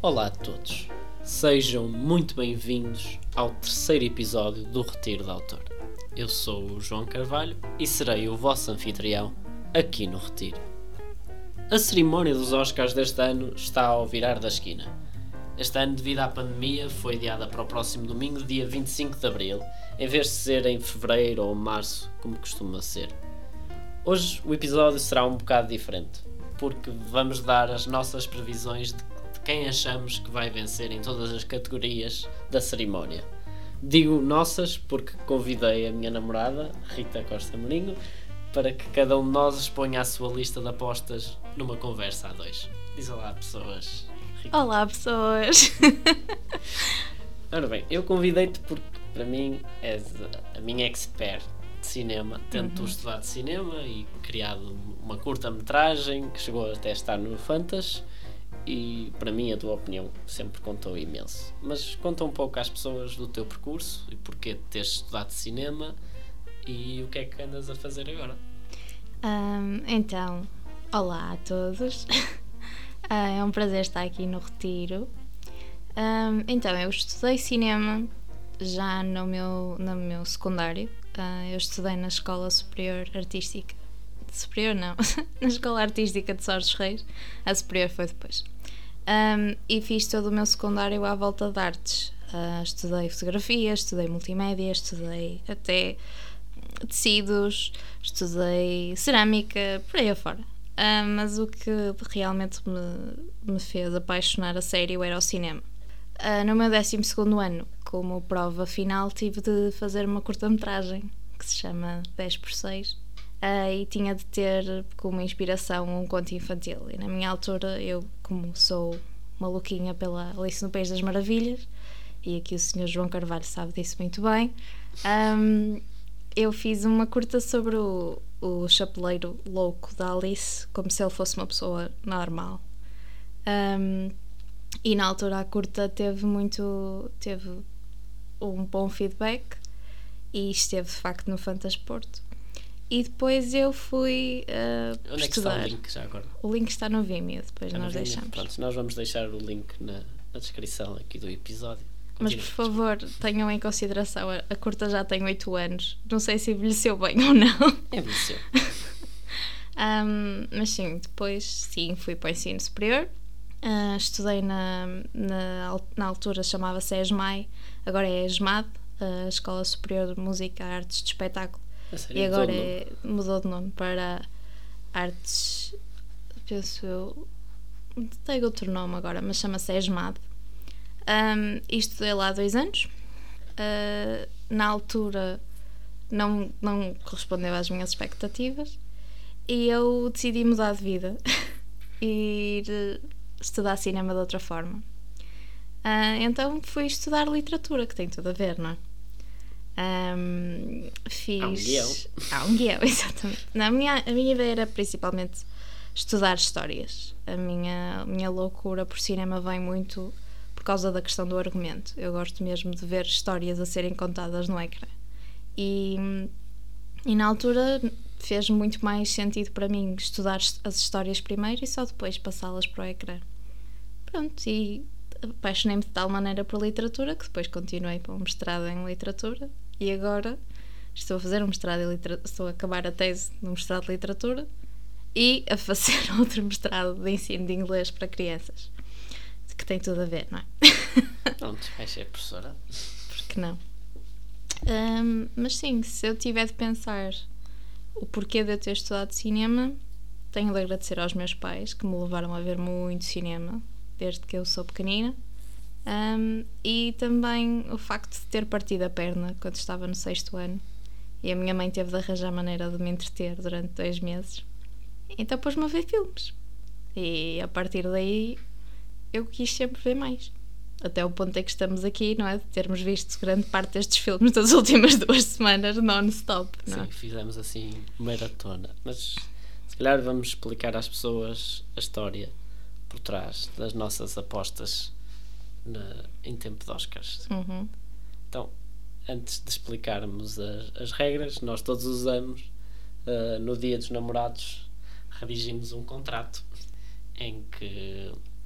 Olá a todos, sejam muito bem-vindos ao terceiro episódio do Retiro de Autor. Eu sou o João Carvalho e serei o vosso anfitrião aqui no Retiro. A cerimónia dos Oscars deste ano está ao virar da esquina. Este ano, devido à pandemia, foi adiada para o próximo domingo, dia 25 de Abril, em vez de ser em Fevereiro ou Março, como costuma ser. Hoje o episódio será um bocado diferente, porque vamos dar as nossas previsões de quem achamos que vai vencer em todas as categorias da cerimónia. Digo nossas porque convidei a minha namorada, Rita Costa Marinho, para que cada um de nós exponha a sua lista de apostas numa conversa a dois. Diz olá, pessoas. Rita. Olá, pessoas. Ora bem, eu convidei-te porque para mim és a minha expert de cinema, tendo tu estudado cinema e criado uma curta-metragem que chegou até a estar no Fantas. E para mim a tua opinião sempre contou imenso. Mas conta um pouco às pessoas do teu percurso e porquê de teres estudado cinema e o que é que andas a fazer agora. Então, olá a todos. É um prazer estar aqui no Retiro. Então, eu estudei cinema já no meu secundário. Eu estudei na Escola Superior Artística. Superior não, na Escola Artística de Sós dos Reis. A superior foi depois. E fiz todo o meu secundário à volta de artes. Estudei fotografia, estudei multimédia, estudei até tecidos, estudei cerâmica, por aí afora. Mas o que realmente me fez apaixonar a sério era o cinema. No meu 12º ano, como prova final, tive de fazer uma curta-metragem que se chama 10x6. E tinha de ter como inspiração um conto infantil. E na minha altura, eu, como sou maluquinha pela Alice no País das Maravilhas, e aqui o Sr. João Carvalho sabe disso muito bem, eu fiz uma curta sobre o chapeleiro louco da Alice, como se ele fosse uma pessoa normal. E na altura a curta teve um bom feedback e esteve de facto no Fantasporto. E depois eu fui Onde estudar. É que está o link já agora? O link está no Vimeo, depois nós deixamos. Pronto, nós vamos deixar o link na descrição aqui do episódio. Mas por favor, tenham em consideração, a curta já tem 8 anos. Não sei se envelheceu bem ou não. Envelheceu. Mas sim, depois sim, fui para o ensino superior. Estudei na altura chamava-se ESMAI, agora é ESMAD, a Escola Superior de Música, Artes de Espetáculo. E agora mudou de nome para Artes, penso eu, tem outro nome agora, mas chama-se ESMAD. E estudei lá 2 anos. Na altura não correspondeu às minhas expectativas e eu decidi mudar de vida e ir estudar cinema de outra forma. Então fui estudar literatura, que tem tudo a ver, não é? Há um guião, exatamente. A minha ideia era principalmente estudar histórias. A minha loucura por cinema vem muito por causa da questão do argumento. Eu gosto mesmo de ver histórias a serem contadas no ecrã. E na altura fez muito mais sentido para mim estudar as histórias primeiro e só depois passá-las para o ecrã. Pronto, e apaixonei-me de tal maneira por literatura que depois continuei para um mestrado em literatura. E agora estou a fazer um mestrado em literatura, estou a acabar a tese no mestrado de literatura e a fazer outro mestrado de ensino de inglês para crianças, que tem tudo a ver, não é? Pronto, vai ser professora. Por que não? Mas sim, se eu tiver de pensar o porquê de eu ter estudado cinema, tenho de agradecer aos meus pais que me levaram a ver muito cinema desde que eu sou pequenina. E também o facto de ter partido a perna quando estava no 6º ano e a minha mãe teve de arranjar maneira de me entreter durante 2 meses, então pôs-me a ver filmes e a partir daí eu quis sempre ver mais, até o ponto em que estamos aqui, não é? De termos visto grande parte destes filmes das últimas 2 semanas non-stop, não é? Sim, fizemos assim maratona, mas se calhar vamos explicar às pessoas a história por trás das nossas apostas em tempo de Oscars. Então, antes de explicarmos as regras, nós todos os anos, no Dia dos Namorados, redigimos um contrato em que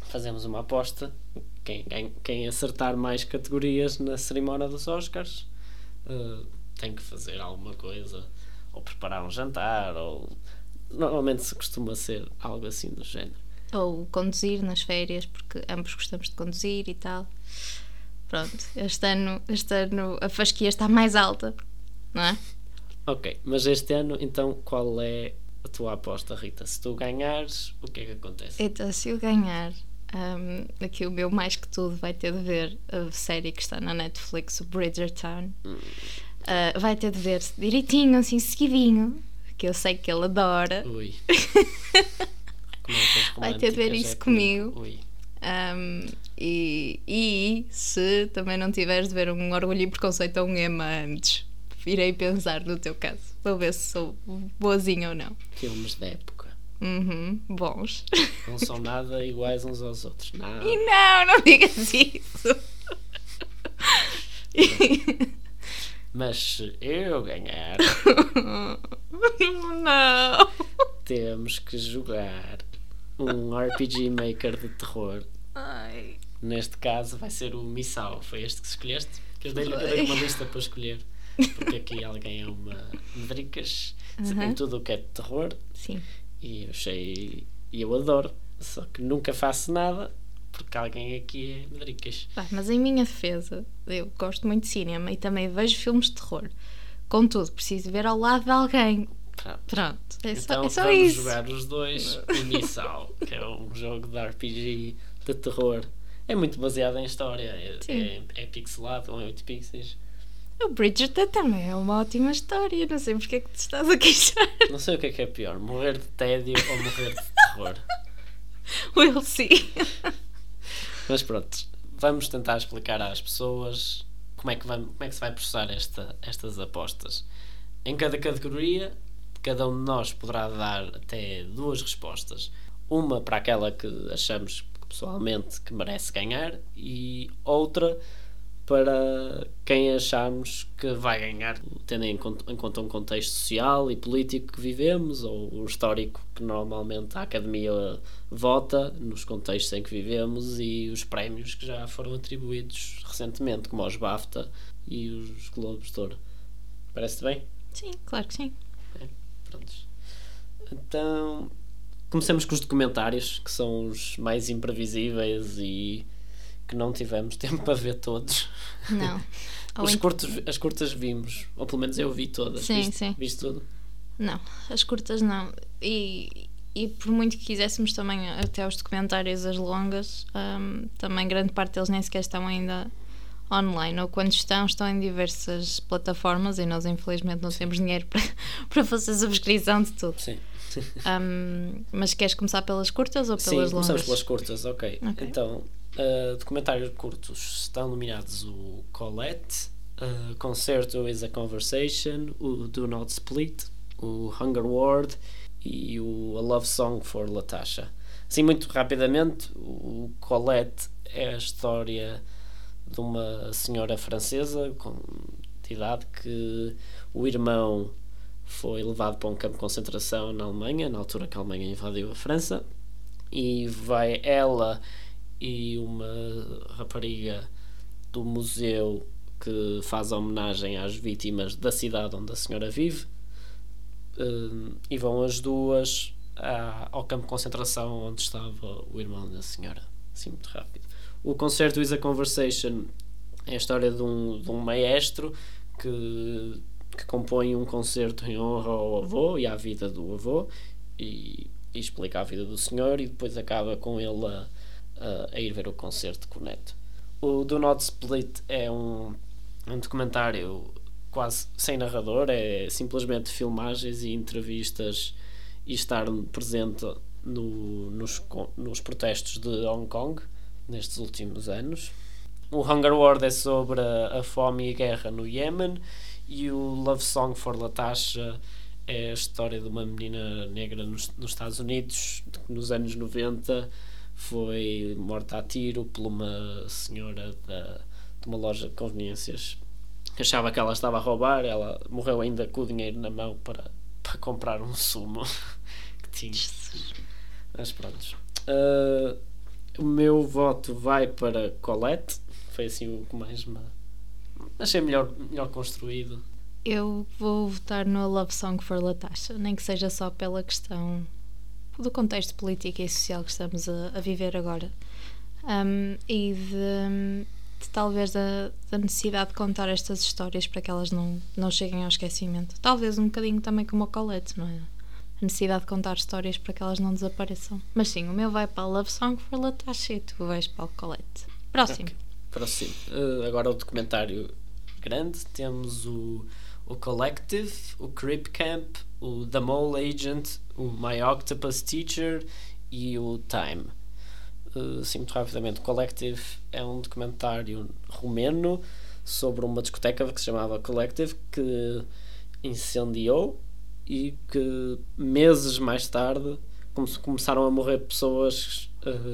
fazemos uma aposta. Quem acertar mais categorias na cerimónia dos Oscars tem que fazer alguma coisa, ou preparar um jantar, ou normalmente se costuma ser algo assim do género. Ou conduzir nas férias, porque ambos gostamos de conduzir e tal. Pronto, este ano a fasquia está mais alta, não é? Ok, mas este ano, então, qual é a tua aposta, Rita? Se tu ganhares, o que é que acontece? Então, se eu ganhar, aqui o meu mais que tudo vai ter de ver a série que está na Netflix, o Bridgerton. Vai ter de ver direitinho, assim, seguidinho, que eu sei que ele adora. Ui. Vai ter de ver isso comigo. Ui. E se também não tiveres de ver um Orgulho e Preconceito ou um Emma antes, irei pensar no teu caso. Vou ver se sou boazinha ou não. Filmes da época. Bons. Não são nada iguais uns aos outros. Nada. E não digas isso. Mas se eu ganhar, Não. temos que jogar um RPG Maker de terror. Ai. Neste caso vai ser o Missal. Foi este que escolheste? Que eu dei uma lista para escolher. Porque aqui alguém é uma medricas em tudo o que é de terror. Sim. E eu achei. E eu adoro. Só que nunca faço nada porque alguém aqui é medricas. Mas em minha defesa, eu gosto muito de cinema e também vejo filmes de terror. Contudo, preciso ver ao lado de alguém. Pronto. Então é só vamos isso. jogar os dois o Missal, que é um jogo de RPG de terror. É muito baseado em história. É pixelado, com 8 pixels. O Bridgerton também é uma ótima história. Não sei porque é que te estás a queixar. Não sei o que é pior, morrer de tédio ou morrer de terror. We'll see. Mas pronto, vamos tentar explicar às pessoas como é que se vai processar estas apostas. Em cada categoria, cada um de nós poderá dar até 2 respostas. Uma para aquela que achamos pessoalmente que merece ganhar e outra para quem achamos que vai ganhar, tendo em conta um contexto social e político que vivemos, ou o histórico que normalmente a Academia vota nos contextos em que vivemos, e os prémios que já foram atribuídos recentemente, como os BAFTA e os Globos de Ouro. Parece-te bem? Sim, claro que sim. Prontos. Então, comecemos com os documentários, que são os mais imprevisíveis e que não tivemos tempo para ver todos. Não. As curtas vimos, ou pelo menos eu vi todas. Sim. Viste tudo? Não, as curtas não. E por muito que quiséssemos também até os documentários, as longas, também grande parte deles nem sequer estão ainda online, ou quando estão em diversas plataformas e nós infelizmente não temos dinheiro para fazer a subscrição de tudo. Sim. Mas queres começar pelas curtas ou pelas longas? Sim, começamos pelas curtas, ok. Então, documentários curtos estão nominados o Colette, Concerto is a Conversation, o Do Not Split, o Hunger Ward e o A Love Song for Latasha. Assim, muito rapidamente, o Colette é a história de uma senhora francesa de idade que o irmão foi levado para um campo de concentração na Alemanha, na altura que a Alemanha invadiu a França, e vai ela e uma rapariga do museu que faz homenagem às vítimas da cidade onde a senhora vive, e vão as duas ao campo de concentração onde estava o irmão da senhora. Assim, muito rápido. O Concerto is a Conversation é a história de um maestro que compõe um concerto em honra ao avô e à vida do avô, e explica a vida do senhor, e depois acaba com ele a ir ver o concerto com o neto. O Do Not Split é um documentário quase sem narrador, é simplesmente filmagens e entrevistas e estar presente nos protestos de Hong Kong nestes últimos anos. O Hunger Ward é sobre a fome e a guerra no Iémen, e o Love Song for Latasha é a história de uma menina negra nos Estados Unidos que nos anos 90 foi morta a tiro por uma senhora de uma loja de conveniências que achava que ela estava a roubar. Ela morreu ainda com o dinheiro na mão para comprar um sumo que tinha. Mas pronto. O meu voto vai para Colette. Foi assim o que mais me achei melhor construído. Eu vou votar no Love Song for Latasha, nem que seja só pela questão do contexto político e social que estamos a viver agora. E de talvez da necessidade de contar estas histórias para que elas não cheguem ao esquecimento. Talvez um bocadinho também como a Colette, não é? A necessidade de contar histórias para que elas não desapareçam. Mas sim, o meu vai para a Love Song for Latasha e tu vais para a Colette. Próximo. Okay. Próximo. Agora o documentário grande. Temos o Collective, o Creep Camp, o The Mole Agent, o My Octopus Teacher e o Time. Assim, muito rapidamente, o Collective é um documentário romeno sobre uma discoteca que se chamava Collective, que incendiou e que meses mais tarde começaram a morrer pessoas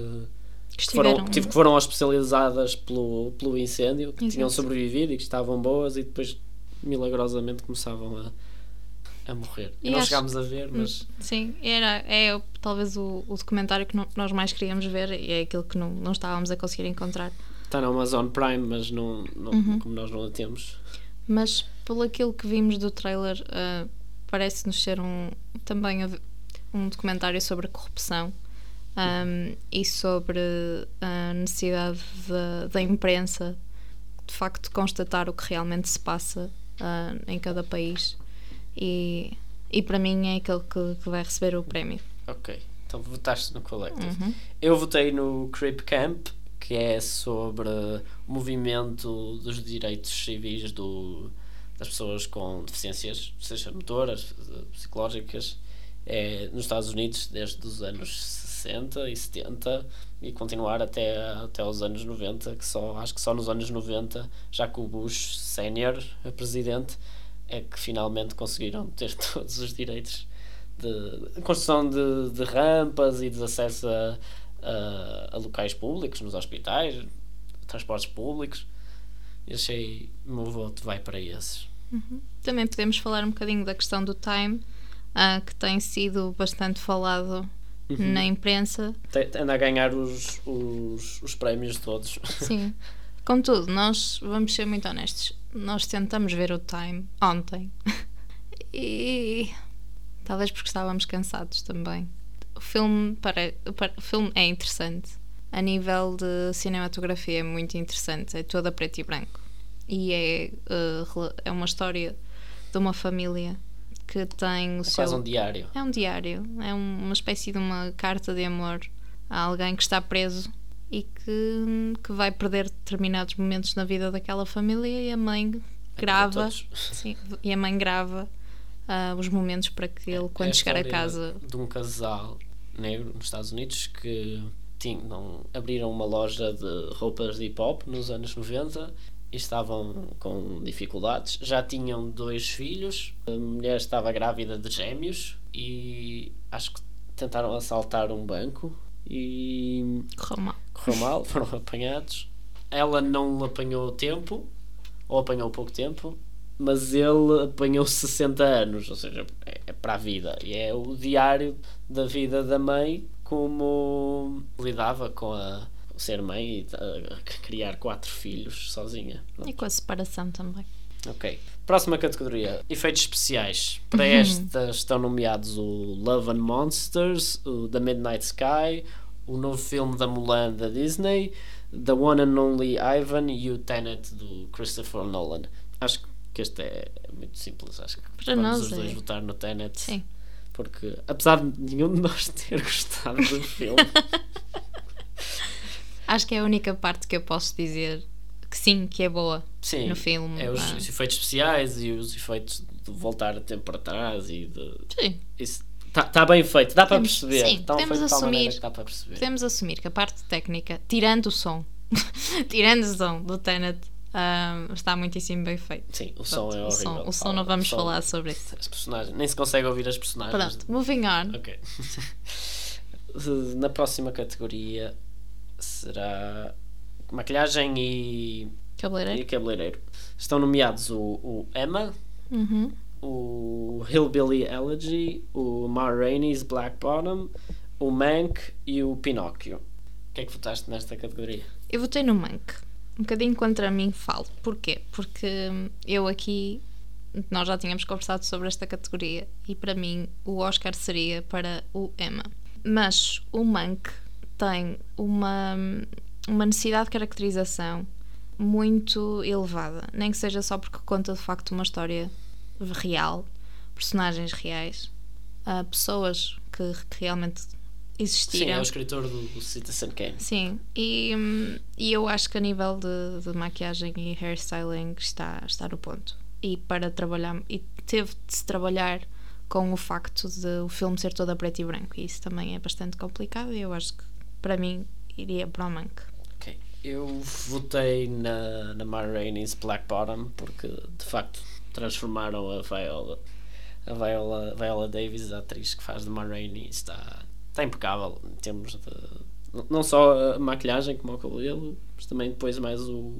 que foram hospitalizadas pelo incêndio, que tinham sobrevivido e que estavam boas e depois milagrosamente começavam a morrer. E não chegámos a ver, mas... Sim, é talvez o documentário que nós mais queríamos ver e é aquilo que não estávamos a conseguir encontrar. Está na Amazon Prime, mas não como nós não a temos. Mas pelo aquilo que vimos do trailer, parece-nos ser também um documentário sobre a corrupção e sobre a necessidade da imprensa de facto constatar o que realmente se passa em cada país e para mim é aquele que vai receber o prémio. Ok, então votaste no Collective. Eu votei no Creep Camp, que é sobre o movimento dos direitos civis das pessoas com deficiências, seja motoras, psicológicas, nos Estados Unidos desde os anos 60 e 70 e continuar até aos anos 90, acho que só nos anos 90, já que o Bush Senior, a presidente, é que finalmente conseguiram ter todos os direitos de construção de rampas e de acesso a locais públicos, nos hospitais, transportes públicos. O meu voto vai para esses. Também podemos falar um bocadinho da questão do Time, que tem sido bastante falado na imprensa. Anda a ganhar os prémios todos. Sim. Contudo, nós vamos ser muito honestos. Nós tentamos ver o Time ontem e talvez porque estávamos cansados também. O filme é interessante. A nível de cinematografia é muito interessante. É toda preto e branco. E é uma história de uma família que tem quase um diário. É um diário. É uma espécie de uma carta de amor a alguém que está preso e que vai perder determinados momentos na vida daquela família e a mãe grava os momentos para que ele, quando chegar a casa... de um casal negro nos Estados Unidos que abriram uma loja de roupas de hip-hop nos anos 90 e estavam com dificuldades. Já tinham 2 filhos, a mulher estava grávida de gêmeos e acho que tentaram assaltar um banco e correu mal, foram apanhados. Ela não apanhou tempo, ou apanhou pouco tempo, mas ele apanhou 60 anos, ou seja, é para a vida. E é o diário da vida da mãe, como lidava com ser mãe e criar 4 filhos sozinha. E com a separação também. Ok. Próxima categoria, efeitos especiais. Para esta estão nomeados o Love and Monsters, o The Midnight Sky, o novo filme da Mulan da Disney, The One and Only Ivan e o Tenet do Christopher Nolan. Acho que este é muito simples. Acho que para vamos nós os dois votar no Tenet. Sim. Porque apesar de nenhum de nós ter gostado do filme, acho que é a única parte que eu posso dizer que sim, que é boa. Sim, no filme. É os efeitos especiais e os efeitos de voltar a tempo para trás e de... Sim. Isso está bem feito, dá para perceber. Sim, podemos assumir que a parte técnica, tirando o som do Tenet, está muitíssimo bem feito. Sim, o som é horrível. O som não vamos falar sobre isso. As personagens, nem se consegue ouvir as personagens. Pronto, moving on. Ok. Na próxima categoria será maquilhagem e cabeleireiro. Estão nomeados o Emma, o Hillbilly Elegy, o Ma Rainey's Black Bottom, o Mank e o Pinóquio. que é que votaste nesta categoria? Eu votei no Mank. Um bocadinho contra mim falo. Porquê? Porque eu aqui... Nós já tínhamos conversado sobre esta categoria e para mim o Oscar seria para o Emma. Mas o Mank tem uma necessidade de caracterização muito elevada. Nem que seja só porque conta de facto uma história real, personagens reais, pessoas que realmente existiram. Sim, é o escritor do Citizen Kane. Sim, e eu acho que a nível de maquiagem e hairstyling está no ponto. E para trabalhar, e teve de se trabalhar com o facto de o filme ser todo a preto e branco, e isso também é bastante complicado, e eu acho que para mim iria para o Mank. Ok, eu votei na Ma Rainey's Black Bottom porque de facto transformaram a Viola Davis, a atriz que faz de Ma Rainey, está impecável em termos de não só a maquilhagem como o cabelo, mas também depois mais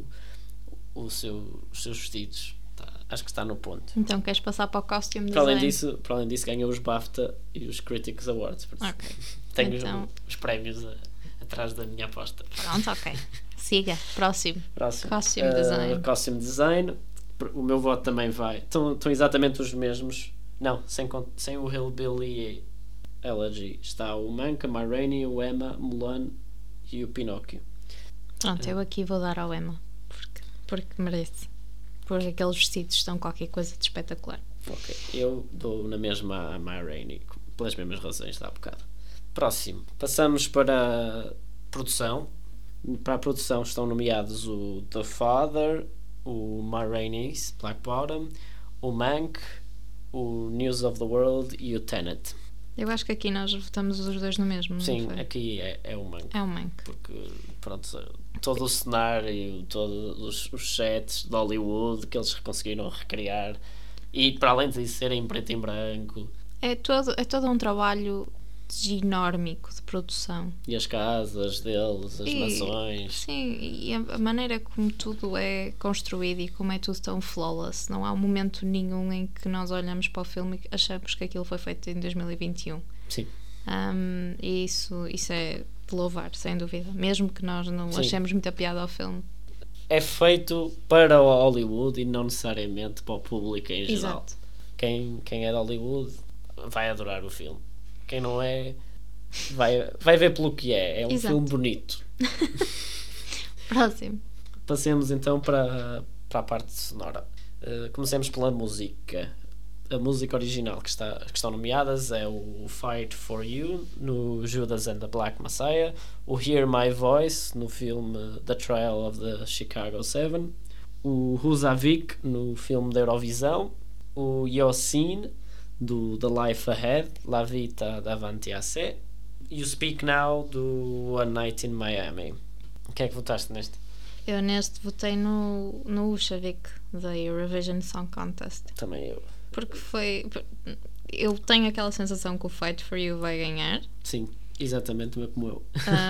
os seus vestidos. Acho que está no ponto. Então queres passar para o costume para design? Para além disso ganhou os BAFTA e os Critics Awards. Ok. Tenho Então... os prémios atrás da minha aposta. Pronto, ok. Siga. Próximo. Costume design. Costume design. O meu voto também vai. Estão exatamente os mesmos. Não, sem o Hillbilly Elegy. Está o Mank, a Ma Rainey, o Emma, Mulan e o Pinóquio. Pronto, eu aqui vou dar ao Emma. Porque merece. Porque aqueles vestidos estão qualquer coisa de espetacular. Ok, eu dou na mesma a Ma Rainey, pelas mesmas razões da há bocado. Próximo, passamos para a produção. Para a produção estão nomeados o The Father, o Ma Rainey's Black Bottom, o Mank, o News of the World e o Tenet. Eu acho que aqui nós votamos os dois no mesmo. Sim, aqui é o Mank. É o Mank. Porque, pronto, todo o cenário, todos os sets de Hollywood que eles conseguiram recriar, e para além de serem em preto e branco. É todo um trabalho ginórmico de produção. E as casas deles, as mansões. Sim, e a maneira como tudo é construído e como é tudo tão flawless. Não há um momento nenhum em que nós olhamos para o filme e achamos que aquilo foi feito em 2021. Sim. E isso é de louvar, sem dúvida. Mesmo que nós não achemos muita piada ao filme. É feito para o Hollywood e não necessariamente para o público em geral. Exato. Quem é de Hollywood vai adorar o filme. Quem não é vai ver pelo que é. É um Exato. filme bonito. Próximo. Passemos então para a parte sonora. Comecemos pela música. A música original que estão nomeadas é o Fight for You no Judas and the Black Messiah, o Hear My Voice no filme The Trial of the Chicago 7, o Husavik no filme da Eurovisão, o Yosin do The Life Ahead, La Vita Davanti a Se, e o Speak Now do One Night in Miami. O que é que votaste neste? Eu neste votei no Husavik da Eurovision Song Contest. Também eu. Porque eu tenho aquela sensação que o Fight for You vai ganhar. Sim, exatamente como eu.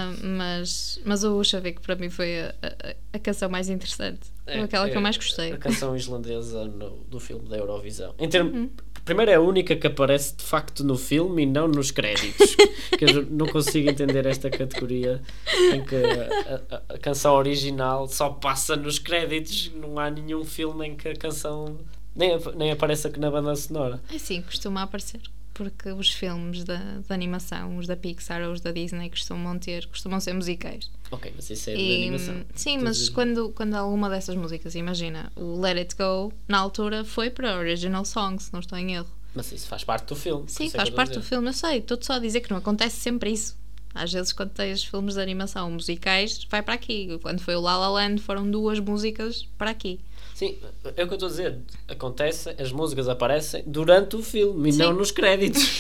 Mas o Husavik para mim foi a canção mais interessante. Aquela que eu mais gostei. A canção islandesa do filme da Eurovisão. Primeiro é a única que aparece de facto no filme e não nos créditos. Que eu não consigo entender esta categoria em que a canção original só passa nos créditos. Não há nenhum filme em que a canção nem aparece aqui na banda sonora. É sim, costuma aparecer. Porque os filmes de animação, os da Pixar ou os da Disney costumam ser musicais. Ok, mas isso é de animação. Sim, mas quando alguma dessas músicas, imagina, o Let It Go, na altura foi para Original Song, se não estou em erro. Mas isso faz parte do filme. Sim, faz parte do filme, eu sei. Estou só a dizer que não acontece sempre isso. Às vezes quando tens filmes de animação musicais, vai para aqui. Quando foi o La La Land foram 2 músicas para aqui. Sim, é o que eu estou a dizer. Acontece, as músicas aparecem durante o filme e não nos créditos.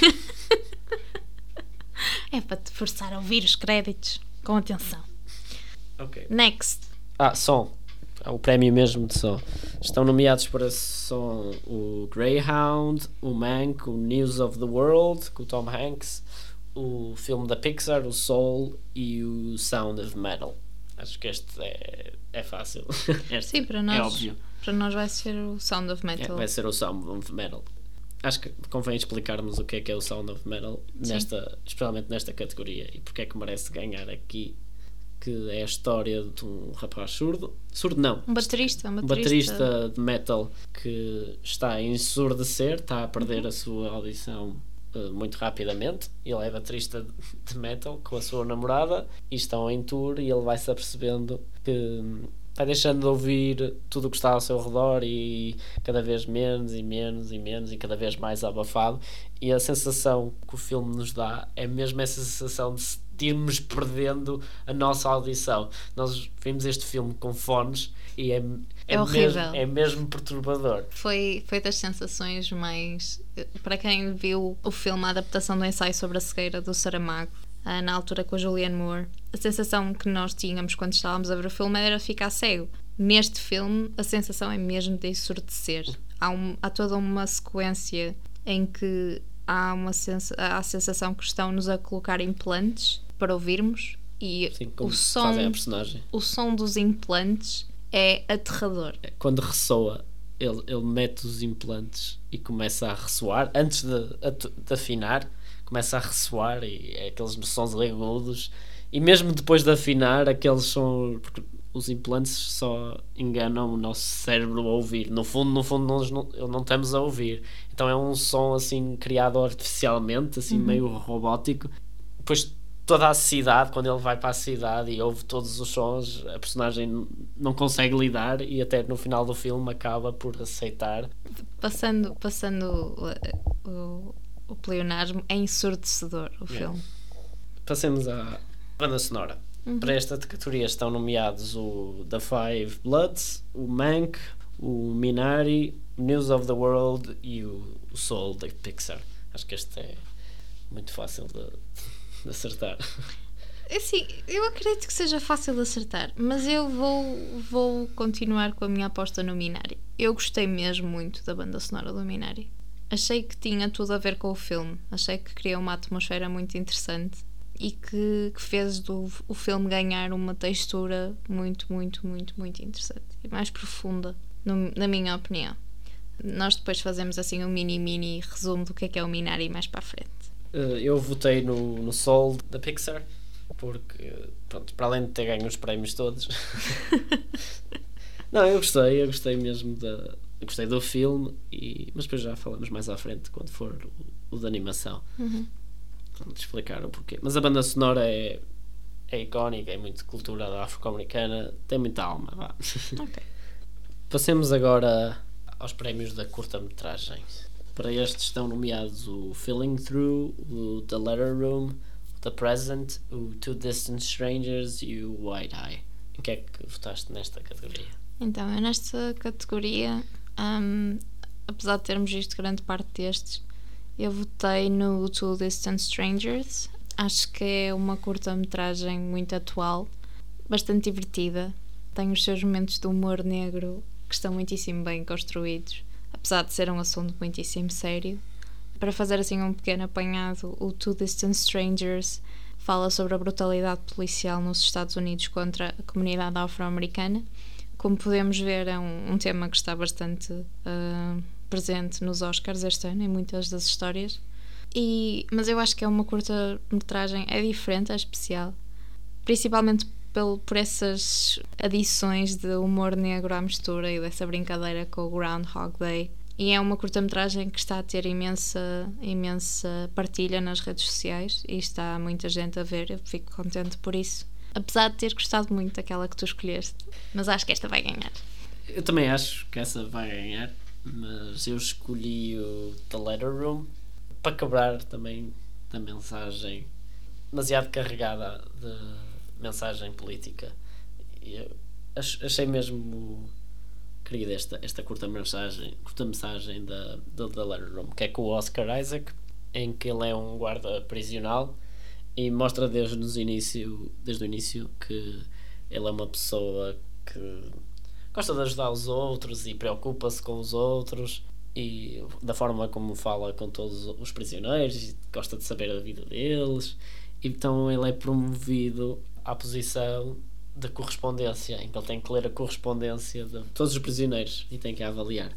É para te forçar a ouvir os créditos com atenção. Ok. Next. Som. O prémio mesmo de som. Estão nomeados para som o Greyhound, o Mank, o News of the World, com o Tom Hanks, o filme da Pixar, o Soul e o Sound of Metal. Acho que este é fácil. Sim, para nós, é óbvio. Para nós vai ser o Sound of Metal. Vai ser o Sound of Metal. Acho que convém explicarmos o que é o Sound of Metal, especialmente nesta categoria, e porque é que merece ganhar aqui que é a história de um rapaz surdo não, Um baterista de metal que está a ensurdecer, está a perder a sua audição muito rapidamente. Ele é baterista de metal com a sua namorada e estão em tour, e ele vai-se apercebendo que vai deixando de ouvir tudo o que está ao seu redor, e cada vez menos e menos e menos, e cada vez mais abafado. E a sensação que o filme nos dá é mesmo essa sensação de irmos perdendo a nossa audição. Nós vimos este filme com fones e é horrível. É mesmo perturbador. Foi das sensações mais... Para quem viu o filme, a adaptação do ensaio sobre a cegueira do Saramago, na altura com a Julianne Moore, a sensação que nós tínhamos quando estávamos a ver o filme era ficar cego. Neste filme, a sensação é mesmo de ensurdecer. Há toda uma sequência em que há a sensação que estão-nos a colocar implantes para ouvirmos, e sim, como fazem a personagem. O som dos implantes é aterrador. Quando ressoa, ele mete os implantes e começa a ressoar, antes de afinar, começa a ressoar, e é aqueles sons agudos, e mesmo depois de afinar, aqueles sons, porque os implantes só enganam o nosso cérebro a ouvir. No fundo nós não estamos a ouvir, então é um som assim criado artificialmente, assim meio robótico. Depois toda a cidade, quando ele vai para a cidade e ouve todos os sons, a personagem não consegue lidar, e até no final do filme acaba por aceitar. Passando o pleonasmo, é ensurdecedor o filme. Passemos à banda sonora. Para esta categoria estão nomeados o The Five Bloods, o Mank, o Minari, News of the World e o Soul da Pixar. Acho que este é muito fácil de acertar. Assim, eu acredito que seja fácil de acertar, mas eu vou continuar com a minha aposta no Minari. Eu gostei mesmo muito da banda sonora do Minari. Achei que tinha tudo a ver com o filme. Achei que criou uma atmosfera muito interessante e que fez o filme ganhar uma textura muito, muito, muito, muito interessante e mais profunda, na minha opinião. Nós depois fazemos assim um mini resumo do que é o Minari mais para a frente. Eu votei no Soul da Pixar, porque, pronto, para além de ter ganho os prémios todos, não, eu gostei mesmo eu gostei do filme, mas depois já falamos mais à frente quando for o da animação. Vamos explicar o porquê. Mas a banda sonora é icónica, é muito cultura afro-americana, tem muita alma. Vá. Okay. Passemos agora aos prémios da curta-metragem. Para estes estão nomeados o Feeling Through, o The Letter Room, o The Present, o Two Distant Strangers e o White Eye. Em que é que votaste nesta categoria? Então, eu nesta categoria, apesar de termos visto grande parte destes, eu votei no Two Distant Strangers. Acho que é uma curta-metragem muito atual, bastante divertida. Tem os seus momentos de humor negro que estão muitíssimo bem construídos, apesar de ser um assunto muitíssimo sério. Para fazer assim um pequeno apanhado, o Two Distant Strangers fala sobre a brutalidade policial nos Estados Unidos contra a comunidade afro-americana. Como podemos ver, é um tema que está bastante presente nos Oscars este ano, em muitas das histórias. Mas eu acho que é uma curta-metragem, é diferente, é especial, principalmente por essas adições de humor negro à mistura e dessa brincadeira com o Groundhog Day. E é uma curta-metragem que está a ter imensa partilha nas redes sociais e está muita gente a ver. Eu fico contente por isso, apesar de ter gostado muito daquela que tu escolheste, mas acho que esta vai ganhar. Eu também acho que essa vai ganhar, mas eu escolhi o The Letter Room para quebrar também da mensagem demasiado carregada de mensagem política. Eu achei mesmo querida esta curta-mensagem da The Letter Room, que é com o Oscar Isaac, em que ele é um guarda prisional e mostra desde o início que ele é uma pessoa que gosta de ajudar os outros e preocupa-se com os outros, e da forma como fala com todos os prisioneiros, e gosta de saber a vida deles. Então ele é promovido à posição de correspondência, em que ele tem que ler a correspondência de todos os prisioneiros e tem que a avaliar.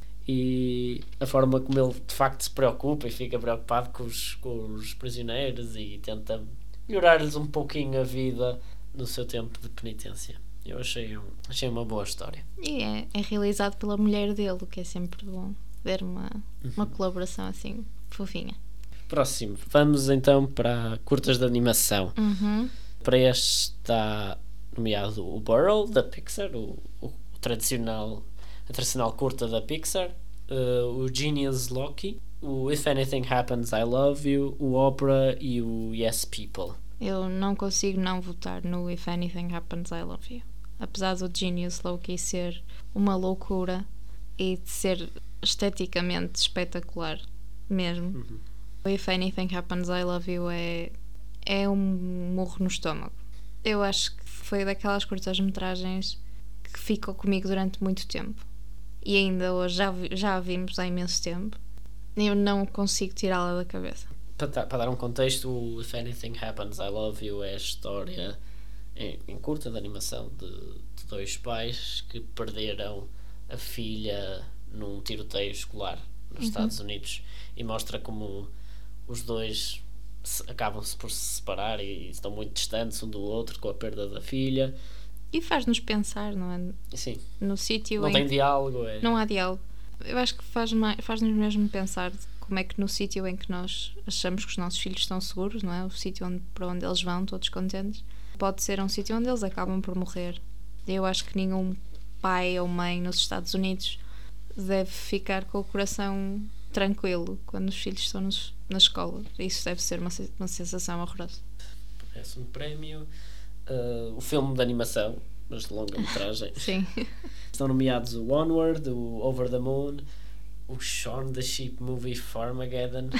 E a forma como ele de facto se preocupa e fica preocupado com os prisioneiros e tenta melhorar-lhes um pouquinho a vida, no seu tempo de penitência. Eu achei uma boa história. E é realizado pela mulher dele, o que é sempre bom ver uma colaboração assim fofinha. Próximo, vamos então para curtas de animação. Para este está nomeado o Burrow, da Pixar, a tradicional curta da Pixar, o Genius Loki, o If Anything Happens I Love You, o Oprah e o Yes People. Eu não consigo não votar no If Anything Happens I Love You. Apesar do Genius Loki ser uma loucura e de ser esteticamente espetacular mesmo, o If Anything Happens I Love You é um murro no estômago. Eu acho que foi daquelas curtas-metragens que ficou comigo durante muito tempo. E ainda hoje já a vimos há imenso tempo. Eu não consigo tirá-la da cabeça. Para dar um contexto, o If Anything Happens I Love You é a história em curta de animação de dois pais que perderam a filha num tiroteio escolar nos Estados Unidos, e mostra como os dois acabam-se por se separar e estão muito distantes um do outro com a perda da filha. E faz-nos pensar, não é? Sim. No sítio não tem diálogo. Não há diálogo. Eu acho que faz-nos mesmo pensar como é que no sítio em que nós achamos que os nossos filhos estão seguros, não é? O sítio para onde eles vão, todos contentes, pode ser um sítio onde eles acabam por morrer. Eu acho que nenhum pai ou mãe nos Estados Unidos deve ficar com o coração tranquilo quando os filhos estão na escola. Isso deve ser uma sensação horrorosa. Parece um prémio. O filme de animação, mas de longa-metragem. Sim. Estão nomeados o Onward, o Over the Moon, o Shaun the Sheep Movie Farmageddon,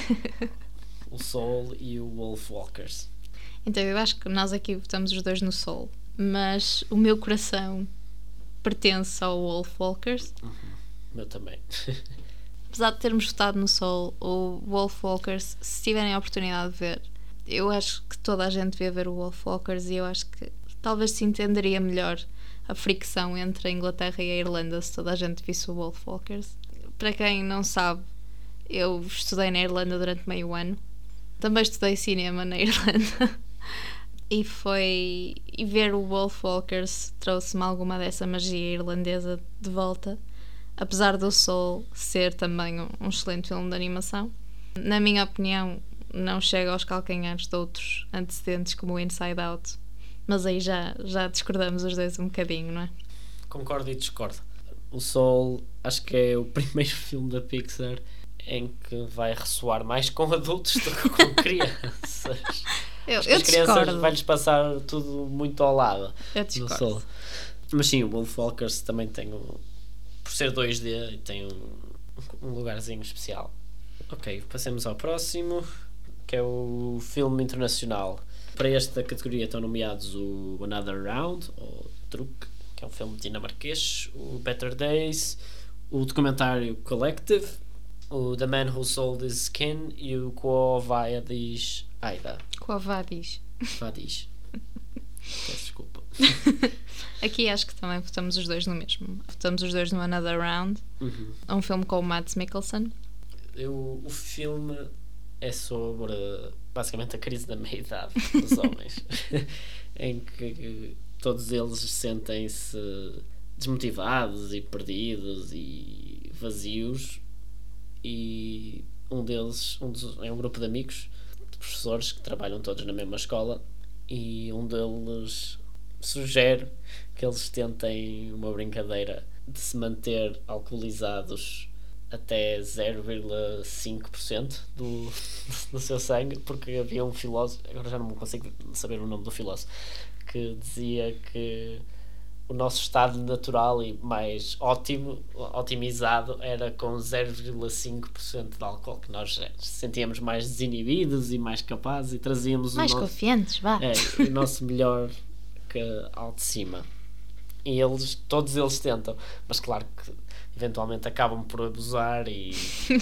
o Soul e o Wolf Walkers. Então eu acho que nós aqui votamos os dois no Soul, mas o meu coração pertence ao Wolf Walkers. O meu também. Apesar de termos votado no Soul, o Wolf Walkers, se tiverem a oportunidade de ver, eu acho que toda a gente devia ver o Wolf Walkers, e eu acho que talvez se entenderia melhor a fricção entre a Inglaterra e a Irlanda se toda a gente visse o Wolf Walkers. Para quem não sabe, eu estudei na Irlanda durante meio ano. Também estudei cinema na Irlanda. E ver o Wolf Walkers trouxe-me alguma dessa magia irlandesa de volta, apesar do Soul ser também um excelente filme de animação. Na minha opinião, não chega aos calcanhares de outros antecedentes como o Inside Out, mas aí já discordamos os dois um bocadinho, não é? Concordo e discordo. O Soul acho que é o primeiro filme da Pixar em que vai ressoar mais com adultos do que com crianças. Eu As crianças discordo. vai-lhes passar tudo muito ao lado. Eu No discordo. Soul. Mas sim, o Wolf Walkers também tem por ser 2D, tem um lugarzinho especial. Ok, passemos ao próximo, que é o filme internacional. Para esta categoria estão nomeados o Another Round, ou Truque, que é um filme dinamarquês, o Better Days, o documentário Collective, o The Man Who Sold His Skin e o Quo Vadis Aida. Quo Vadis. Vadis. Peço desculpa. Aqui acho que também votamos os dois no mesmo. Votamos os dois no Another Round. É um filme com o Mads Mikkelsen. O filme é sobre basicamente a crise da meia-idade dos homens, em que todos eles sentem-se desmotivados e perdidos e vazios, e um deles é um grupo de amigos, de professores que trabalham todos na mesma escola, e um deles sugere que eles tentem uma brincadeira de se manter alcoolizados até 0,5% do seu sangue, porque havia um filósofo, agora já não consigo saber o nome do filósofo, que dizia que o nosso estado natural e mais otimizado era com 0,5% de álcool, que nós sentíamos mais desinibidos e mais capazes e trazíamos Mais confiantes, vá. o nosso melhor que ao de cima. E todos eles tentam, mas claro que eventualmente acabam por abusar e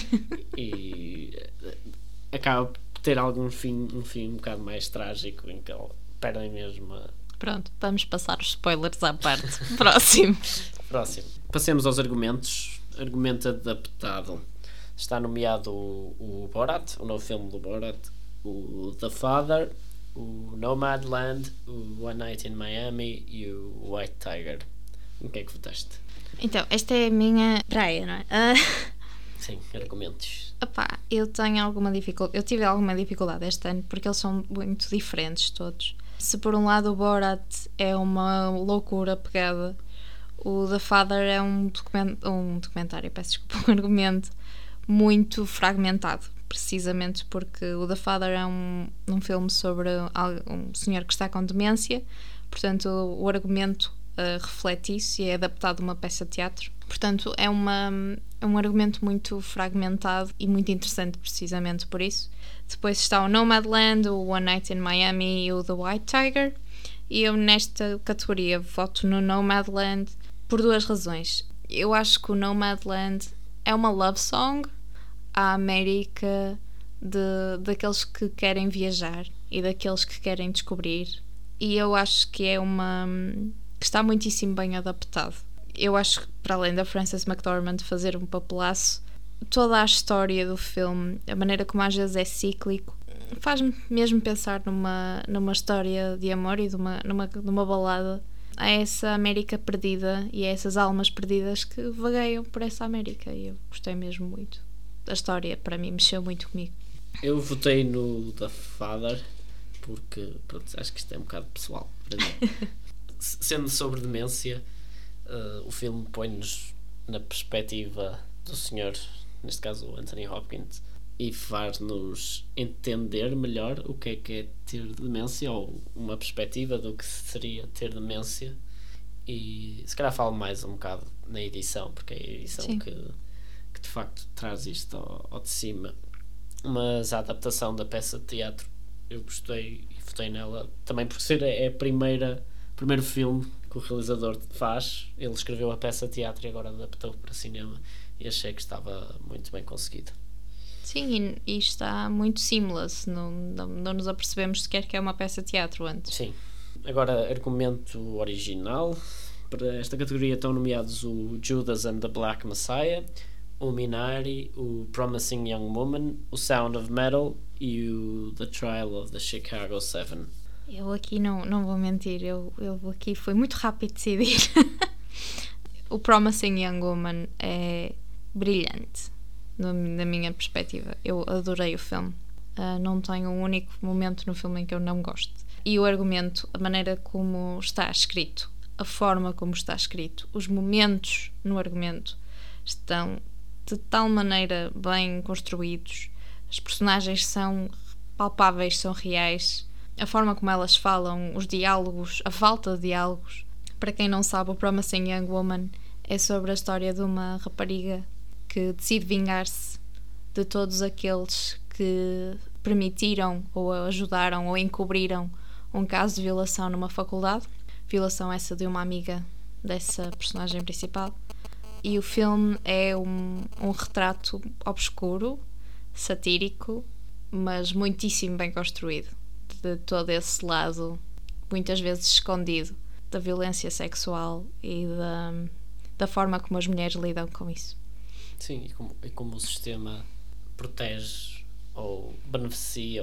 acaba por ter um fim um bocado mais trágico, em que perdem mesmo Pronto, vamos passar os spoilers à parte. Próximo. Passemos aos argumentos. Argumento adaptado. Está nomeado o Borat, o novo filme do Borat, o The Father, o Nomadland, o One Night in Miami e o White Tiger. O que é que votaste? Então, esta é a minha praia, não é? Sim, argumentos. Opá, eu tive alguma dificuldade este ano porque eles são muito diferentes todos. Se por um lado o Borat é uma loucura pegada, o The Father é um documentário, peço desculpa, um argumento muito fragmentado, precisamente porque o The Father é um filme sobre um senhor que está com demência, portanto o argumento reflete isso e é adaptado a uma peça de teatro. Portanto, é um argumento muito fragmentado e muito interessante precisamente por isso. Depois está o Nomadland, o One Night in Miami e o The White Tiger. E eu nesta categoria voto no Nomadland por duas razões. Eu acho que o Nomadland é uma love song à América daqueles que querem viajar e daqueles que querem descobrir. E eu acho que que está muitíssimo bem adaptado. Eu acho que, para além da Frances McDormand fazer um papelaço, toda a história do filme, a maneira como às vezes é cíclico, faz-me mesmo pensar numa história de amor e numa balada a essa América perdida e a essas almas perdidas que vagueiam por essa América. E eu gostei mesmo muito. A história, para mim, mexeu muito comigo. Eu votei no The Father porque, pronto, acho que isto é um bocado pessoal para mim. Sendo sobre demência, o filme põe-nos na perspectiva do senhor, neste caso o Anthony Hopkins, e faz-nos entender melhor o que é ter demência, ou uma perspectiva do que seria ter demência. E se calhar falo mais um bocado na edição, porque é a edição que de facto traz isto ao de cima. Mas a adaptação da peça de teatro eu gostei e votei nela também porque é o primeiro filme que o realizador faz. Ele escreveu a peça de teatro e agora adaptou para cinema, e achei que estava muito bem conseguido. Sim, e está muito seamless, não nos apercebemos sequer que é uma peça de teatro antes. Sim. Agora, argumento original. Para esta categoria estão nomeados o Judas and the Black Messiah, o Minari, o Promising Young Woman, o Sound of Metal e o The Trial of the Chicago 7. Eu aqui não vou mentir, eu aqui foi muito rápido decidir. O Promising Young Woman é brilhante, na minha perspectiva. Eu adorei o filme. Não tenho um único momento no filme em que eu não gosto. E o argumento, a maneira como está escrito, a forma como está escrito, os momentos no argumento estão de tal maneira bem construídos. As personagens são palpáveis, são reais. A forma como elas falam, os diálogos, a falta de diálogos. Para quem não sabe, o Promising Young Woman é sobre a história de uma rapariga que decide vingar-se de todos aqueles que permitiram ou ajudaram ou encobriram um caso de violação numa faculdade. Violação essa de uma amiga dessa personagem principal. E o filme é um retrato obscuro, satírico, mas muitíssimo bem construído, de todo esse lado, muitas vezes escondido, da violência sexual e da forma como as mulheres lidam com isso. Sim, e como o sistema protege ou beneficia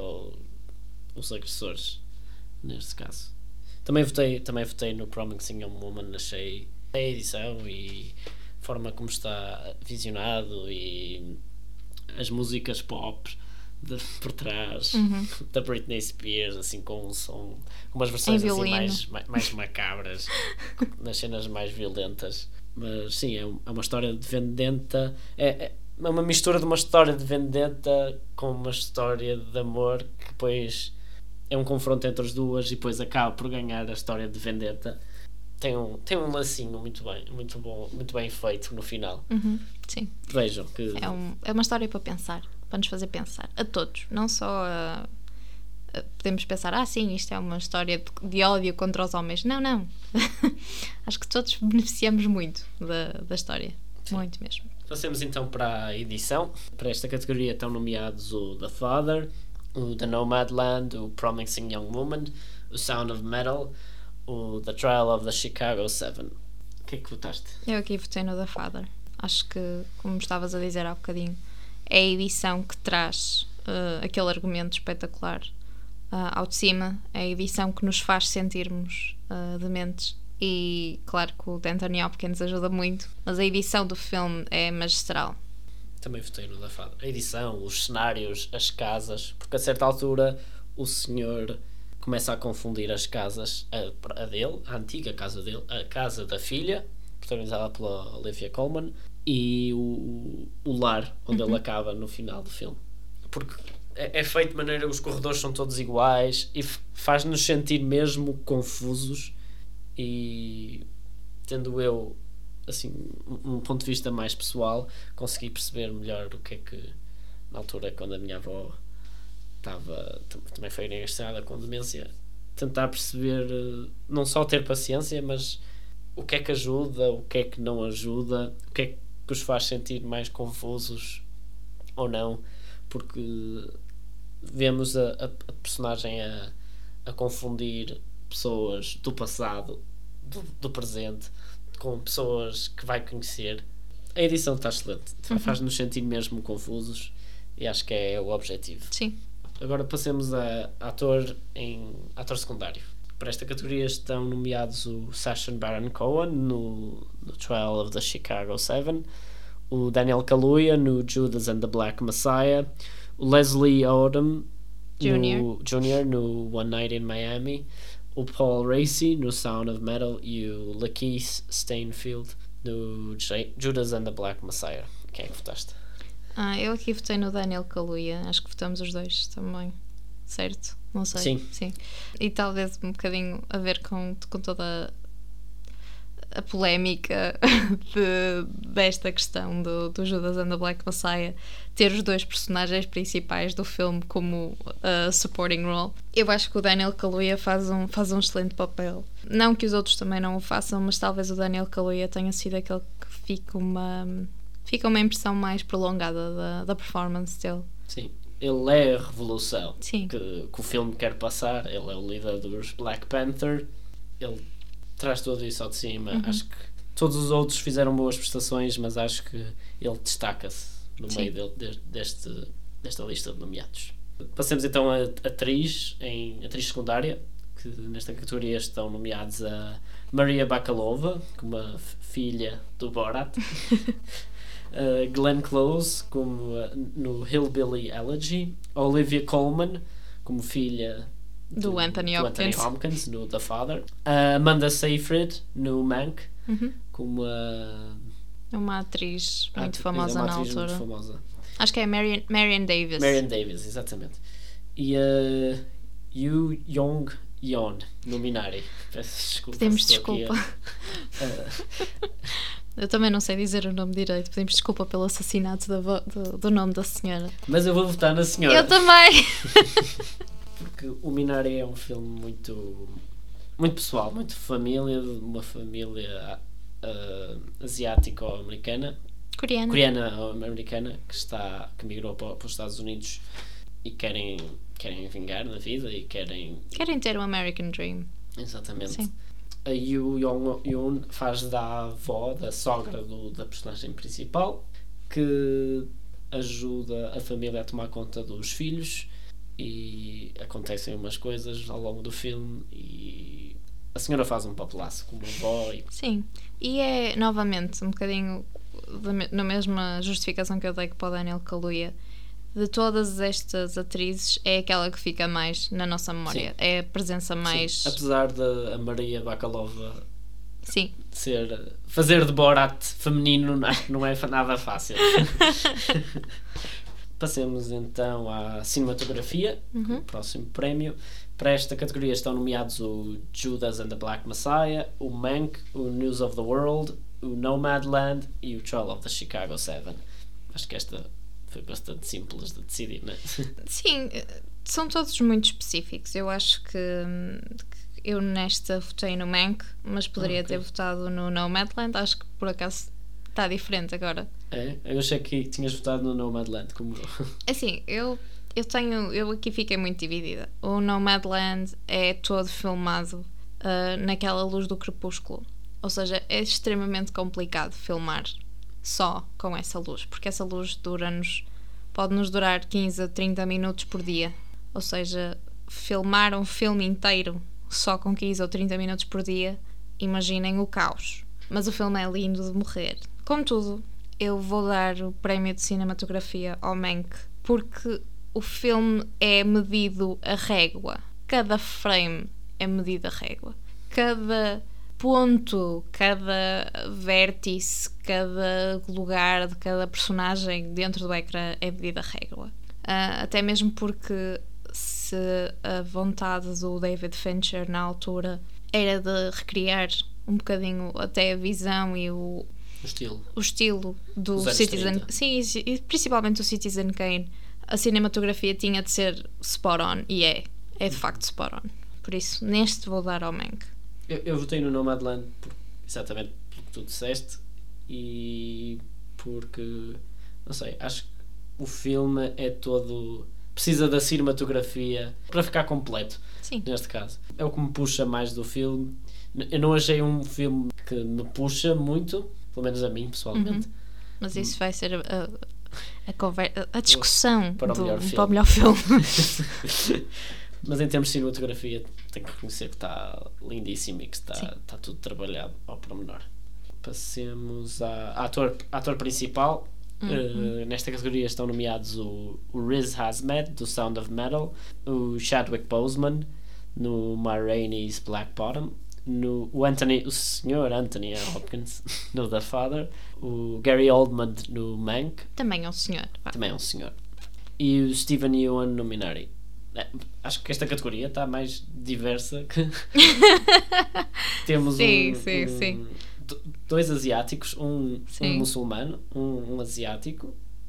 os agressores, neste caso. Também votei no Promising Young Woman. Achei a edição e a forma como está visionado e as músicas pop por trás, da Britney Spears, assim, com um som, com umas versões assim mais macabras, nas cenas mais violentas. Mas sim, é uma história de vendetta, é uma mistura de uma história de vendetta com uma história de amor, que depois é um confronto entre as duas e depois acaba por ganhar a história de vendetta. Tem um lacinho muito bom, muito bem feito no final. Sim. Vejam que é uma história para pensar, para nos fazer pensar, a todos, não só podemos pensar, sim, isto é uma história de ódio contra os homens. Não. Acho que todos beneficiamos muito da história. Sim. Muito mesmo. Passemos então para a edição. Para esta categoria estão nomeados o The Father, o The Nomadland, o Promising Young Woman, o Sound of Metal, o The Trial of the Chicago 7. O que é que votaste? Eu aqui votei no The Father. Acho que, como estavas a dizer há bocadinho, é a edição que traz aquele argumento espetacular ao de cima, é a edição que nos faz sentirmos dementes. E claro que o Anthony Hopkins ajuda muito, mas a edição do filme é magistral. Também votei no da Fada. A edição, os cenários, as casas, porque a certa altura o senhor começa a confundir as casas, a dele, a antiga casa dele, a casa da filha, protagonizada pela Olivia Colman, e o lar onde ele acaba no final do filme. Porque é feito de maneira, os corredores são todos iguais e faz-nos sentir mesmo confusos. E tendo eu assim um ponto de vista mais pessoal, consegui perceber melhor o que é que, na altura, quando a minha avó estava também foi diagnosticada com demência, tentar perceber, não só ter paciência, mas o que é que ajuda, o que é que não ajuda, o que é que os faz sentir mais confusos ou não, porque vemos a personagem a confundir pessoas do passado, do presente, com pessoas que vai conhecer. A edição está excelente, faz-nos sentir mesmo confusos e acho que é o objetivo. Sim. Agora passemos a ator secundário. Para esta categoria estão nomeados o Sacha Baron Cohen no Trial of the Chicago 7, o Daniel Kaluuya no Judas and the Black Messiah, o Leslie Odom Jr. no One Night in Miami, o Paul Raci no Sound of Metal e o Lakeith Stanfield no Judas and the Black Messiah. Quem é que votaste? Eu aqui votei no Daniel Kaluuya, acho que votamos os dois também, certo? Não sei. Sim. E talvez um bocadinho a ver com toda a polémica desta questão do Judas and the Black Messiah, ter os dois personagens principais do filme como supporting role. Eu acho que o Daniel Kaluuya faz um excelente papel. Não que os outros também não o façam, mas talvez o Daniel Kaluuya tenha sido aquele que fica uma impressão mais prolongada da performance dele. Sim. Ele é a revolução que o filme quer passar. Ele é o líder dos Black Panther. Ele traz tudo isso ao de cima. Acho que todos os outros fizeram boas prestações, mas acho que ele destaca-se no meio desta lista de nomeados. Passemos então a atriz secundária, que nesta categoria estão nomeados a Maria Bakalova, como a filha do Borat, Glenn Close como no Hillbilly Elegy, Olivia Colman como filha do Anthony Hopkins no The Father, Amanda Seyfried no Mank, como uma atriz muito famosa na altura. Muito famosa. Acho que é Marion Davis. Marion Davis, exatamente. E a Yoo Jong-yeon no Minari. Peço desculpa. Pedimos desculpa. Eu também não sei dizer o nome direito. Pedimos desculpa pelo assassinato do nome da senhora. Mas eu vou votar na senhora. Eu também. Porque o Minari é um filme muito, muito pessoal, muito família, de uma família asiático-americana. Coreana-americana que migrou para os Estados Unidos e querem vingar na vida e querem ter um American Dream. Exatamente. Sim. A Yoo Jong-yeon faz da avó, da sogra da personagem principal, que ajuda a família a tomar conta dos filhos, e acontecem umas coisas ao longo do filme e a senhora faz um papelaço como avó. Sim, e é novamente um bocadinho na mesma justificação que eu dei para o Daniel Kaluuya. De todas estas atrizes, é aquela que fica mais na nossa memória. Sim. É a presença mais... Sim. Apesar da Maria Bakalova fazer de Borat feminino, não é nada fácil. Passemos então à cinematografia, o próximo prémio. Para esta categoria estão nomeados o Judas and the Black Messiah, o Mank, o News of the World, o Nomadland e o Trial of the Chicago 7. Acho que esta foi bastante simples de decidir, não é? Sim, são todos muito específicos. Eu acho que eu nesta votei no Mank, mas poderia ter votado no Nomadland. Acho que por acaso está diferente agora. É? Eu achei que tinhas votado no Nomadland, como eu. Assim, eu aqui fiquei muito dividida. O Nomadland é todo filmado naquela luz do crepúsculo. Ou seja, é extremamente complicado filmar só com essa luz, porque essa luz pode nos durar 15 a 30 minutos por dia. Ou seja, filmar um filme inteiro só com 15 ou 30 minutos por dia, imaginem o caos. Mas o filme é lindo de morrer. Contudo, eu vou dar o prémio de cinematografia ao Mank, porque o filme é medido a régua. Cada frame é medido a régua. Cada ponto, cada vértice, cada lugar de cada personagem dentro do ecrã é medido a régua. Até mesmo porque se a vontade do David Fincher na altura era de recriar um bocadinho até a visão e o estilo do Citizen, sim, e principalmente do Citizen Kane, a cinematografia tinha de ser spot on, e é de facto spot on. Por isso, neste vou dar ao Mank. Eu votei no Nomadland exatamente pelo que tu disseste e porque, não sei, acho que o filme é todo... precisa da cinematografia para ficar completo. Sim. Neste caso. É o que me puxa mais do filme. Eu não achei um filme que me puxa muito, pelo menos a mim, pessoalmente. Mas isso vai ser a discussão para o melhor filme. Mas em termos de cinematografia, tenho que reconhecer que está lindíssimo e que está tudo trabalhado ao pormenor. Passemos a ator principal. Nesta categoria estão nomeados o Riz Ahmed do Sound of Metal, o Chadwick Boseman no Ma Rainey's Black Bottom, o Sr. Anthony Hopkins no The Father, o Gary Oldman no Mank, também é um senhor, e o Steven Yeun no Minari. Acho que esta categoria está mais diversa que temos dois asiáticos, um muçulmano, um asiático,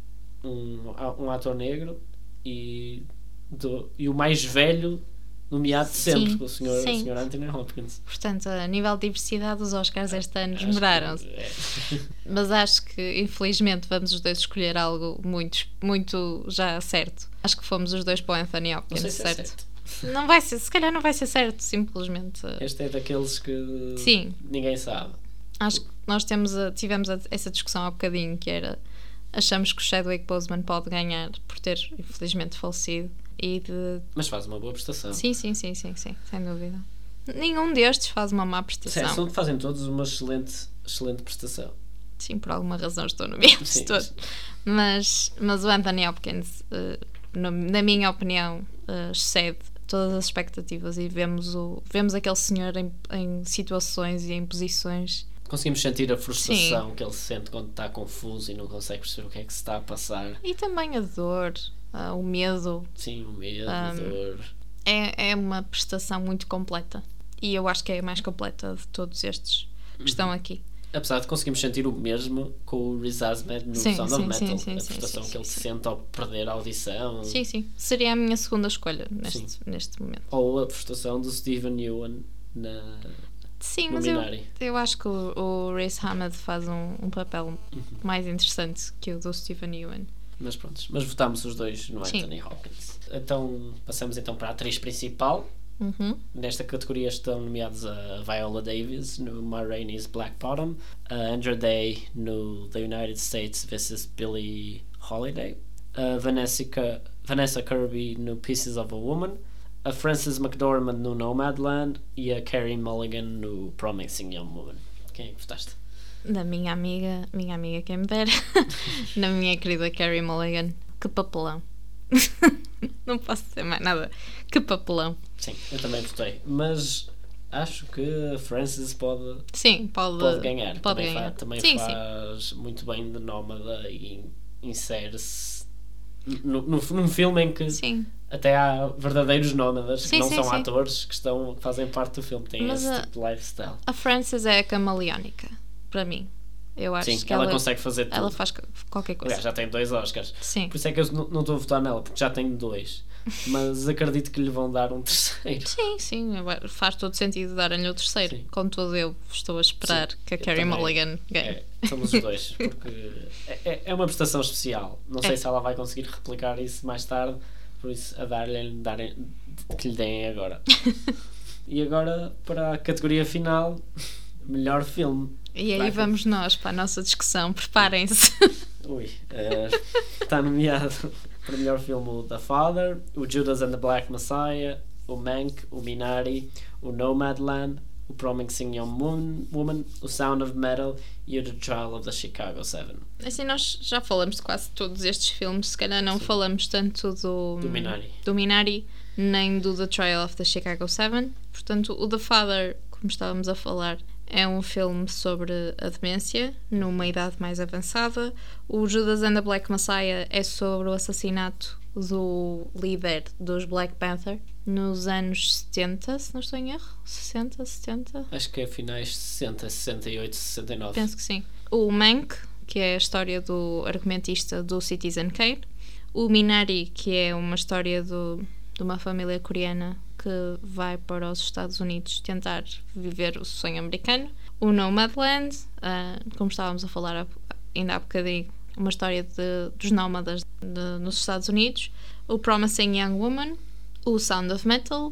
um ator negro e o mais velho nomeado de sempre, o Sr. Anthony Hopkins. Portanto, a nível de diversidade, os Oscars este ano esmeraram-se. Mas acho que, infelizmente, vamos os dois escolher algo muito, muito já certo. Acho que fomos os dois para o Anthony Hopkins, não sei se certo? Não vai ser, se calhar não vai ser certo, simplesmente. Este é daqueles que ninguém sabe. Acho que nós tivemos essa discussão há bocadinho, que era, achamos que o Chadwick Boseman pode ganhar por ter, infelizmente, falecido. Mas faz uma boa prestação. Sim, sem dúvida. Nenhum destes faz uma má prestação. Fazem todos uma excelente prestação. Sim, por alguma razão estou nomeados todos. Mas o Anthony Hopkins, na minha opinião, excede todas as expectativas e vemos aquele senhor em situações e em posições. Conseguimos sentir a frustração que ele sente quando está confuso e não consegue perceber o que é que se está a passar. E também a dor, o medo. Sim, o medo, a dor. É uma prestação muito completa. E eu acho que é a mais completa de todos estes que estão aqui. Apesar de conseguirmos sentir o mesmo com o Riz Ahmed no Sound of Metal. A prestação que ele sente ao perder a audição. Sim. Seria a minha segunda escolha neste momento. Ou a prestação do Steven Yeun Sim, no mas Minari. eu acho que o Riz Ahmed faz um papel mais interessante que o do Steven Yeun. Mas votámos os dois no Anthony Hopkins. Então, passamos para a atriz principal. Nesta categoria estão nomeados a Viola Davis no Ma Rainey's Black Bottom, a Andra Day no The United States vs. Billie Holiday, a Vanessa Kirby no Pieces of a Woman, a Frances McDormand no Nomadland e a Carey Mulligan no Promising Young Woman. Quem é que votaste? Da minha amiga quem me dera, na minha querida Carey Mulligan. Que papelão. Não posso dizer mais nada. Que papelão. Sim, eu também votei, mas acho que a Frances pode ganhar. Também faz muito bem de nómada e insere-se num filme em que até há verdadeiros nómadas que não são atores, que fazem parte do filme, têm esse tipo de lifestyle. A Frances é a camaleónica, para mim. Eu acho que ela consegue fazer tudo. Ela faz qualquer coisa. Aliás, já tem 2 Oscars. Sim. Por isso é que eu não estou a votar nela, porque já tenho 2. Mas acredito que lhe vão dar um terceiro. Sim. Faz todo sentido darem-lhe o terceiro. Sim. Contudo, eu estou a esperar que a Carey Mulligan ganhe. Somos os dois, porque é uma prestação especial. Não sei se ela vai conseguir replicar isso mais tarde, por isso a que lhe deem agora. E agora, para a categoria final, melhor filme. E aí vamos nós para a nossa discussão. Preparem-se. Está nomeado Para melhor filme, o The Father, o Judas and the Black Messiah, o Mank, o Minari, o Nomadland, o Promising Young Woman, o Sound of Metal e o The Trial of the Chicago 7. Assim, nós já falamos de quase todos estes filmes, se calhar não falamos tanto do Minari, nem do The Trial of the Chicago 7. Portanto, o The Father, como estávamos a falar, é um filme sobre a demência numa idade mais avançada. O Judas and the Black Messiah é sobre o assassinato do líder dos Black Panther nos anos 70, se não estou em erro. 60, 70? Acho que é finais 60, 68, 69. Penso que sim. O Mank, que é a história do argumentista do Citizen Kane. O Minari, que é uma história de uma família coreana que vai para os Estados Unidos tentar viver o sonho americano. O Nomadland, como estávamos a falar ainda há bocadinho, uma história dos nómadas nos Estados Unidos. O Promising Young Woman. O Sound of Metal,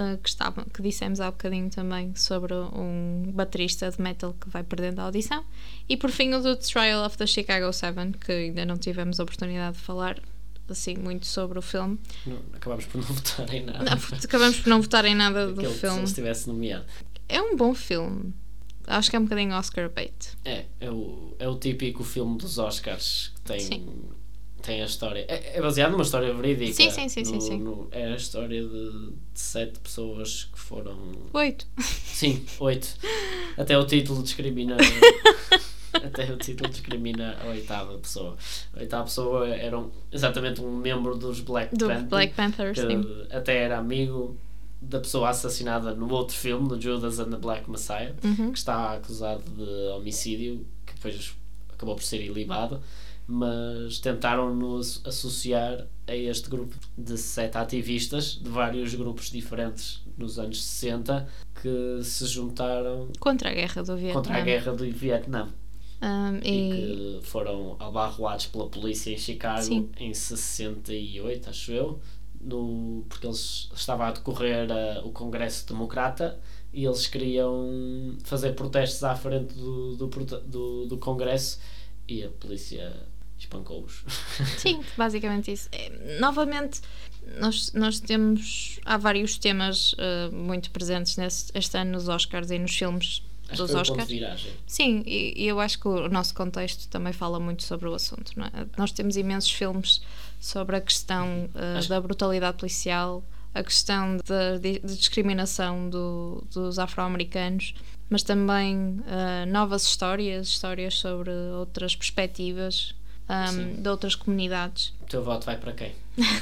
que dissemos há bocadinho também sobre um baterista de metal que vai perdendo a audição. E por fim o The Trial of the Chicago 7, que ainda não tivemos a oportunidade de falar assim muito sobre o filme. Acabamos por não votar em nada. Acabamos por não votar em nada do filme. Se ele estivesse nomeado. É um bom filme. Acho que é um bocadinho Oscar bait. É o típico filme dos Oscars que tem a história. É baseado numa história verídica. Sim. É a história de 7 pessoas que foram. 8. Sim, 8. Até o título discrimina. Até o título discrimina a 8ª pessoa. A 8ª pessoa era exatamente um membro dos Black Panthers, que sim. até era amigo da pessoa assassinada no outro filme, do Judas and the Black Messiah, que está acusado de homicídio, que depois acabou por ser ilibado, mas tentaram-nos associar a este grupo de 7 ativistas de vários grupos diferentes nos anos 60 que se juntaram contra a guerra do Vietnã. E que foram abarroados pela polícia em Chicago. Sim. Em 68, acho eu, porque eles estavam a decorrer o Congresso Democrata e eles queriam fazer protestos à frente do Congresso e a polícia espancou-os. Sim, basicamente isso. Novamente, nós temos. Há vários temas muito presentes este ano nos Oscars e nos filmes dos Oscars. Sim, e eu acho que o nosso contexto também fala muito sobre o assunto, não é? Nós temos imensos filmes sobre a questão da brutalidade policial, a questão de discriminação dos afro-americanos, mas também novas histórias sobre outras perspectivas de outras comunidades. O teu voto vai para quem?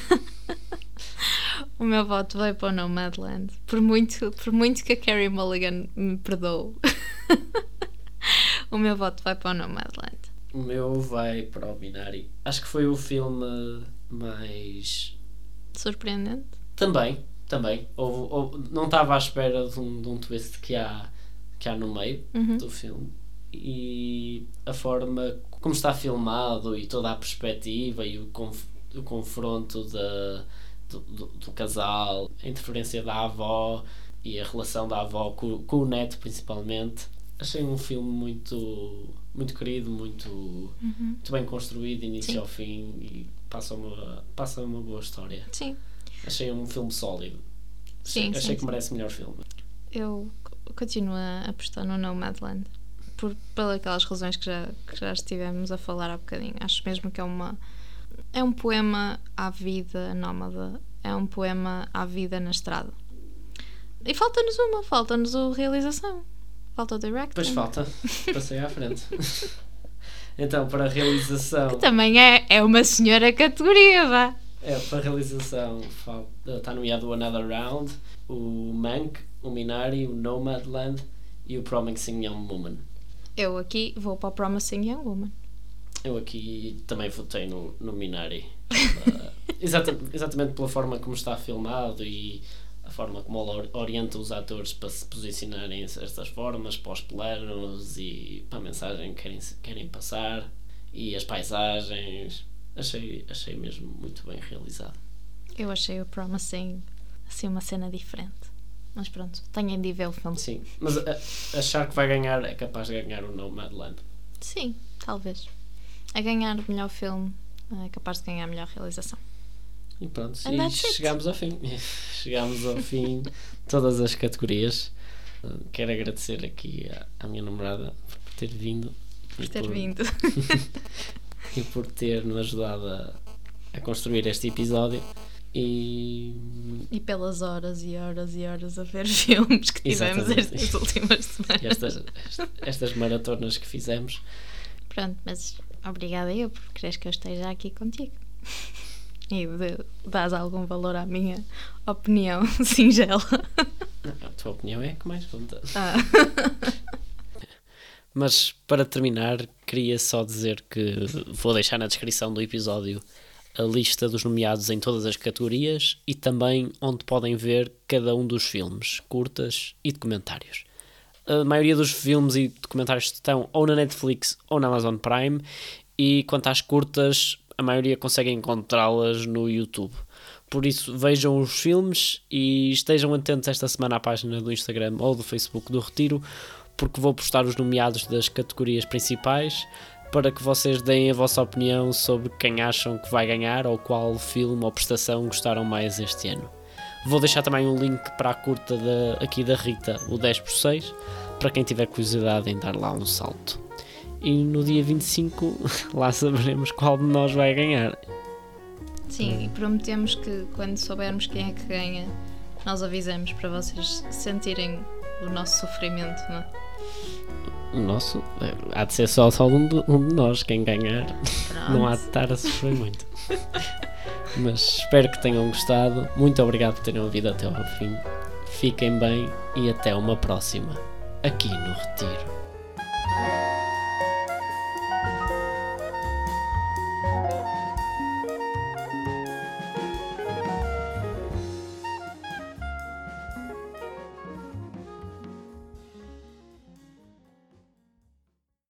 O meu voto vai para o Nomadland. Por muito que a Carey Mulligan me perdoe. O meu voto vai para o Nomadland. O meu vai para o Minari. Acho que foi o filme mais surpreendente. Também. Não estava à espera de um twist que há no meio do filme. E a forma como está filmado e toda a perspectiva e o confronto do casal, a interferência da avó e a relação da avó com o neto principalmente. Achei um filme muito, muito querido, muito bem construído, início ao fim, e passa uma boa história. Sim. Achei um filme sólido. Achei que merece melhor filme. Eu continuo a apostar no Nomadland por aquelas razões que já estivemos a falar há bocadinho. Acho mesmo que é um poema à vida nómada, é um poema à vida na estrada. E falta-nos a realização, falta o directing. Pois falta, passei à frente. Então, para a realização, que também é uma senhora categoria, vá. Para a realização está nomeado o Another Round, o Mank, o Minari, o Nomadland e o Promising Young Woman. Eu aqui vou para o Promising Young Woman. Eu aqui também votei no Minari. Exatamente pela forma como está filmado e a forma como ele orienta os atores para se posicionarem em certas formas, para os planos e para a mensagem que querem passar, e as paisagens. Achei mesmo muito bem realizado. Eu achei o Promising assim uma cena diferente. Mas pronto, tenho de ir ver o filme. Sim, mas achar que vai ganhar é capaz de ganhar o Nomadland. Sim, talvez. A ganhar o melhor filme é capaz de ganhar a melhor realização. E pronto, And that's it. chegámos ao fim. Chegámos ao fim de todas as categorias. Quero agradecer aqui à minha namorada por ter vindo. E por ter-me ajudado a construir este episódio. E pelas horas e horas e horas a ver filmes que tivemos estas últimas semanas. Estas maratonas que fizemos. Pronto, mas obrigada eu por quereres que eu esteja aqui contigo. E dás algum valor à minha opinião singela. A tua opinião é a que mais conta. Mas para terminar, queria só dizer que vou deixar na descrição do episódio a lista dos nomeados em todas as categorias e também onde podem ver cada um dos filmes, curtas e documentários. A maioria dos filmes e documentários estão ou na Netflix ou na Amazon Prime, e quanto às curtas, a maioria conseguem encontrá-las no YouTube. Por isso, vejam os filmes e estejam atentos esta semana à página do Instagram ou do Facebook do Retiro, porque vou postar os nomeados das categorias principais para que vocês deem a vossa opinião sobre quem acham que vai ganhar ou qual filme ou prestação gostaram mais este ano. Vou deixar também um link para a curta aqui da Rita, o 10x6, para quem tiver curiosidade em dar lá um salto. E no dia 25 lá saberemos qual de nós vai ganhar. Sim, e prometemos que quando soubermos quem é que ganha, nós avisamos para vocês sentirem o nosso sofrimento, não é? O nosso? Há de ser só um de nós, quem ganhar. Pronto. Não há de estar a sofrer muito. Mas espero que tenham gostado. Muito obrigado por terem ouvido até ao fim. Fiquem bem e até uma próxima, aqui no Retiro.